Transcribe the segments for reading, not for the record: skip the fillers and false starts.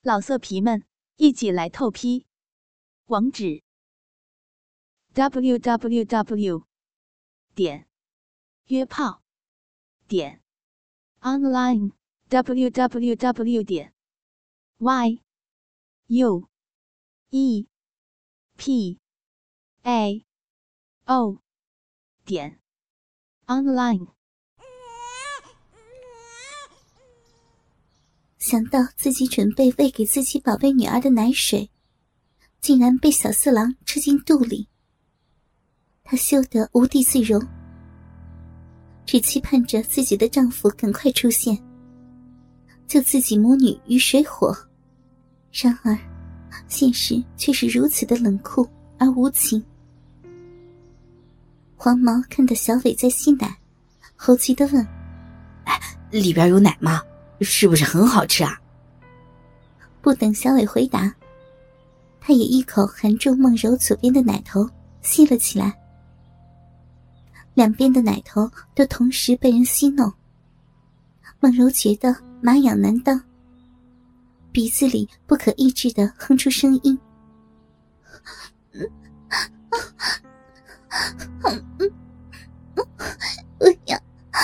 老色皮们，一起来透批！网址 www.约炮online www.yuepao.online。 想到自己准备喂给自己宝贝女儿的奶水，竟然被小四郎吃进肚里，她羞得无地自容，只期盼着自己的丈夫赶快出现，救自己母女于水火。然而现实却是如此的冷酷而无情。黄毛看到小伟在吸奶，好奇地问： 里边有奶吗？是不是很好吃啊？ 不等小伟回答，他也一口含住梦柔左边的奶头吸了起来，两边的奶头都同时被人吸弄。梦柔觉得麻痒难当，鼻子里不可抑制地哼出声音。我要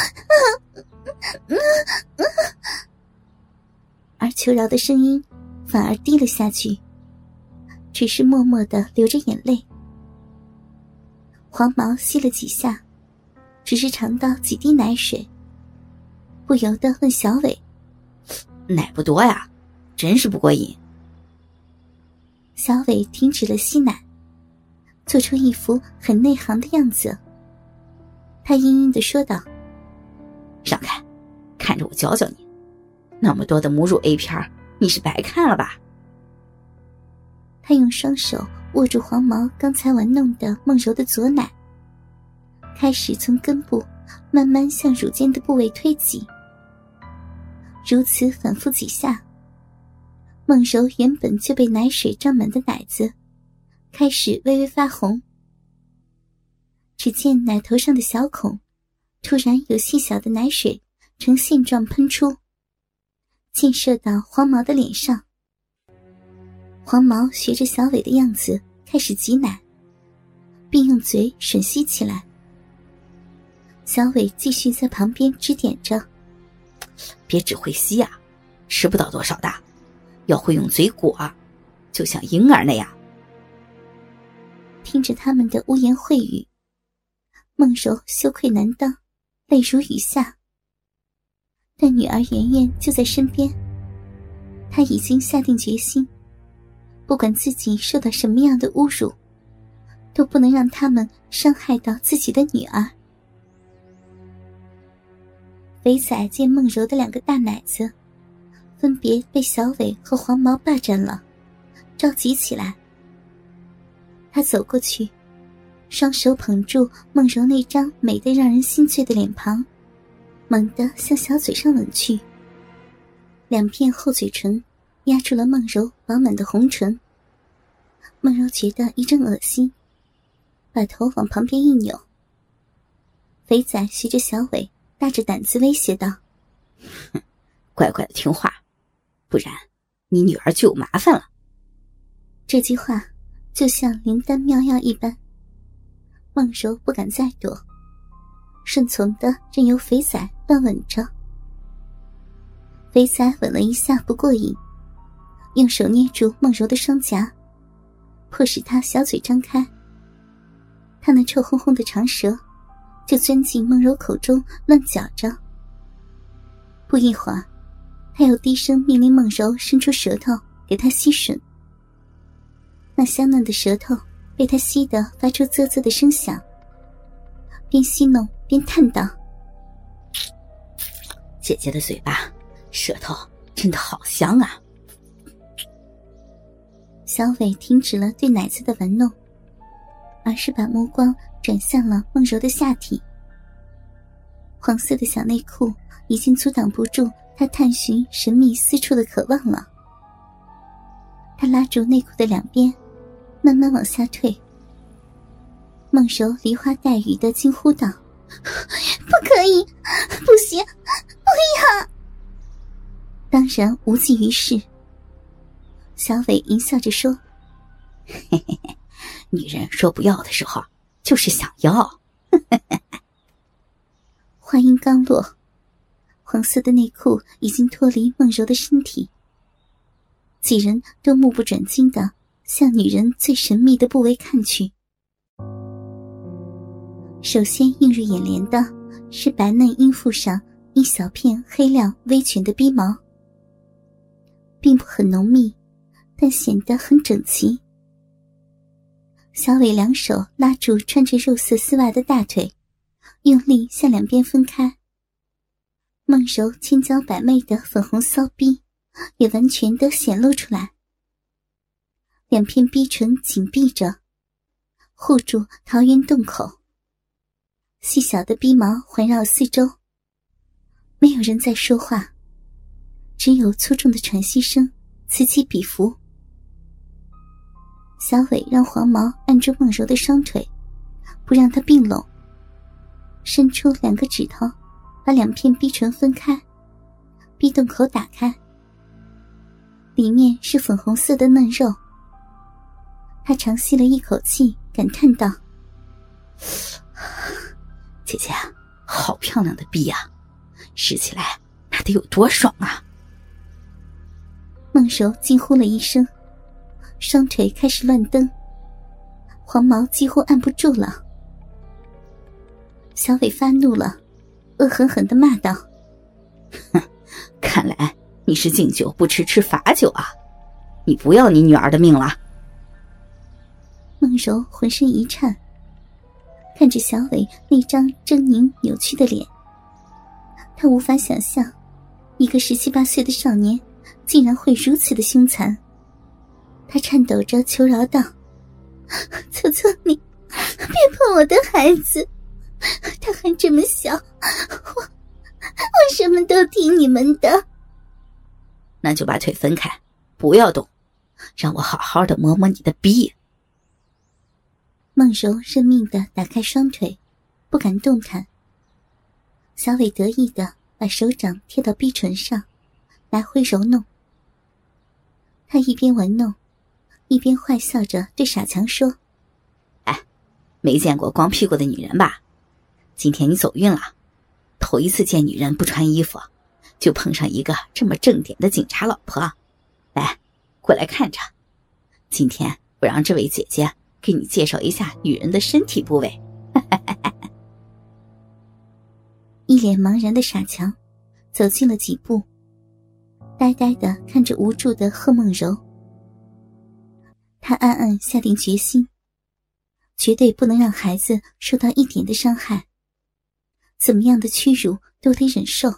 而求饶的声音反而低了下去，只是默默地流着眼泪。黄毛吸了几下，只是尝到几滴奶水，不由得问小伟： 奶不多呀，真是不过瘾。 小伟停止了吸奶，做出一副很内行的样子。他阴阴地说道： 让开，看着我教教你。那么多的母乳 A 片，你是白看了吧？ 他用双手握住黄毛刚才玩弄的梦柔的左奶，开始从根部慢慢向乳尖的部位推挤。如此反复几下，梦柔原本就被奶水胀满的奶子开始微微发红。只见奶头上的小孔突然有细小的奶水呈线状喷出，溅射到黄毛的脸上。黄毛学着小伟的样子开始挤奶，并用嘴吮吸起来。小伟继续在旁边指点着： 别只会吸啊，吃不到多少的，要会用嘴裹，就像婴儿那样。 听着他们的污言秽语，梦柔羞愧难当，泪如雨下。但女儿圆圆就在身边，她已经下定决心，不管自己受到什么样的侮辱，都不能让他们伤害到自己的女儿。肥仔见梦柔的两个大奶子分别被小伟和黄毛霸占了，着急起来。他走过去，双手捧住梦柔那张美得让人心醉的脸庞，猛地向小嘴上吻去。两片厚嘴唇压住了梦柔饱满的红唇。梦柔觉得一阵恶心，把头往旁边一扭。肥仔学着小伟大着胆子威胁道： 乖乖的听话，不然你女儿就有麻烦了。 这句话就像灵丹妙药一般，梦柔不敢再躲，顺从地任由肥仔乱吻着。肥仔吻了一下不过瘾，用手捏住梦柔的双颊，迫使她小嘴张开。他那臭烘烘的长舌就钻进梦柔口中乱搅着。不一会儿，他又低声命令梦柔伸出舌头给他吸吮。那香嫩的舌头被他吸得发出啧啧的声响，边戏弄边叹道： 姐姐的嘴巴舌头真的好香啊。 小伟停止了对奶子的玩弄，而是把目光转向了梦柔的下体。黄色的小内裤已经阻挡不住他探寻神秘私处的渴望了。他拉住内裤的两边，慢慢往下退。梦柔梨花带雨地惊呼道：不可以，不行，不要！当然无济于事。 小伟淫笑着说：“ 嘿嘿嘿，女人说不要的时候，就是想要。” 话音刚落，黄色的内裤已经脱离梦柔的身体，几人都目不转睛地向女人最神秘的部位看去。首先映入眼帘的是白嫩阴腹上一小片黑亮微卷的逼毛，并不很浓密，但显得很整齐。小伟两手拉住穿着肉色丝袜的大腿，用力向两边分开。梦柔千娇百媚的粉红骚逼也完全的显露出来，两片逼唇紧闭着，护住桃源洞口。细小的逼毛环绕四周，没有人在说话，只有粗重的喘息声此起彼伏。小伟让黄毛按住梦柔的双腿，不让她并拢，伸出两个指头把两片逼唇分开，逼洞口打开，里面是粉红色的嫩肉。他长吸了一口气，感叹道：“ 姐姐，好漂亮的逼啊，试起来那得有多爽啊！” 梦柔惊呼了一声，双腿开始乱蹬，黄毛几乎按不住了。小伟发怒了，恶狠狠地骂道：“ 哼，看来你是敬酒不吃罚酒啊！你不要你女儿的命了！” 梦柔浑身一颤，看着小伟那张狰狞扭曲的脸，她无法想象一个17、18岁的少年竟然会如此的凶残。她颤抖着求饶道：“求求你，别碰我的孩子，他还这么小，我什么都听你们的。” 那就把腿分开，不要动，让我好好的摸摸你的逼。 梦柔认命地打开双腿，不敢动弹。小伟得意地把手掌贴到逼唇上，来回揉弄。他一边玩弄，一边坏笑着对傻强说：“ 哎，没见过光屁股的女人吧？今天你走运了，头一次见女人不穿衣服，就碰上一个这么正点的警察老婆。来，过来看着，今天我让这位姐姐给你介绍一下女人的身体部位。” 一脸茫然的傻强走近了几步，呆呆地看着无助的贺梦柔。他暗暗下定决心，绝对不能让孩子受到一点的伤害，怎么样的屈辱都得忍受。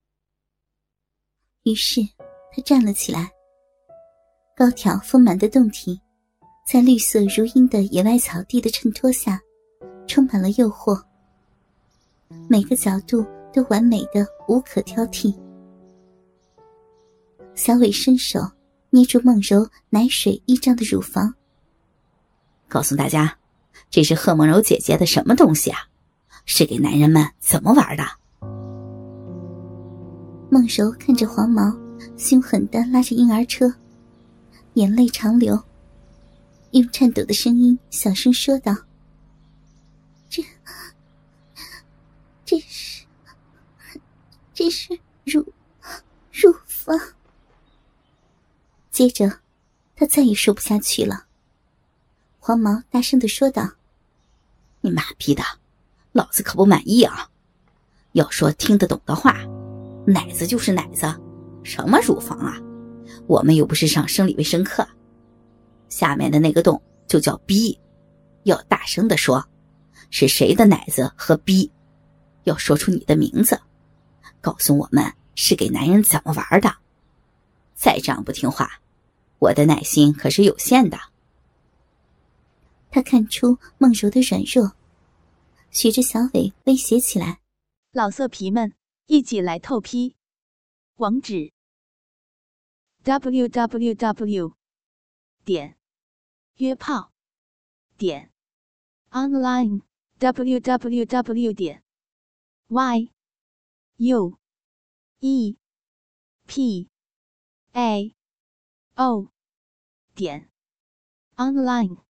于是他站了起来，高挑丰满的胴体在绿色如茵的野外草地的衬托下充满了诱惑，每个角度都完美的无可挑剔。小伟伸手捏住梦柔奶水依仗的乳房， 告诉大家，这是贺梦柔姐姐的什么东西啊？是给男人们怎么玩的？ 梦柔看着黄毛凶狠地拉着婴儿车，眼泪长流，用颤抖的声音小声说道：“这是乳房。”接着他再也说不下去了。黄毛大声地说道：“ 你妈逼的，老子可不满意啊！要说听得懂的话，奶子就是奶子，什么乳房啊？我们又不是上生理卫生课。下面的那个洞就叫逼，要大声地说，是谁的奶子和逼，要说出你的名字，告诉我们是给男人怎么玩的。再这样不听话，我的耐心可是有限的。” 他看出梦柔的软弱，学着小伟威胁起来：“ 老色皮们，一起来透批！网址 www.约炮.online www.yuepao 点 online。